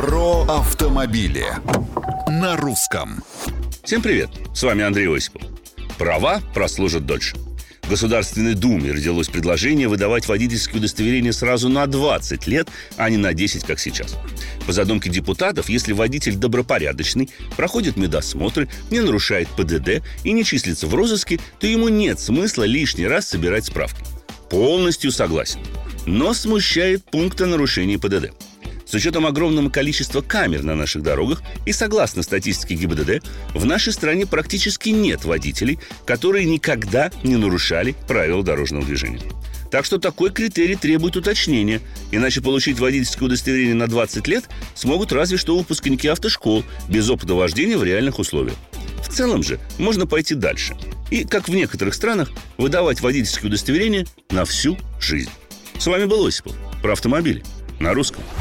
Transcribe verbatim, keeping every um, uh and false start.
Про автомобили на русском. Всем привет, с вами Андрей Осипов. Права прослужат дольше. В Государственной Думе родилось предложение выдавать водительские удостоверения сразу на двадцать лет, а не на десять, как сейчас. По задумке депутатов, если водитель добропорядочный, проходит медосмотры, не нарушает ПДД и не числится в розыске, то ему нет смысла лишний раз собирать справки. Полностью согласен. Но смущает пункт о нарушении ПДД. С учетом огромного количества камер на наших дорогах и согласно статистике ГИБДД, в нашей стране практически нет водителей, которые никогда не нарушали правила дорожного движения. Так что такой критерий требует уточнения, иначе получить водительское удостоверение на двадцать лет смогут разве что выпускники автошкол без опыта вождения в реальных условиях. В целом же можно пойти дальше и, как в некоторых странах, выдавать водительское удостоверение на всю жизнь. С вами был Осипов. Про автомобили на русском.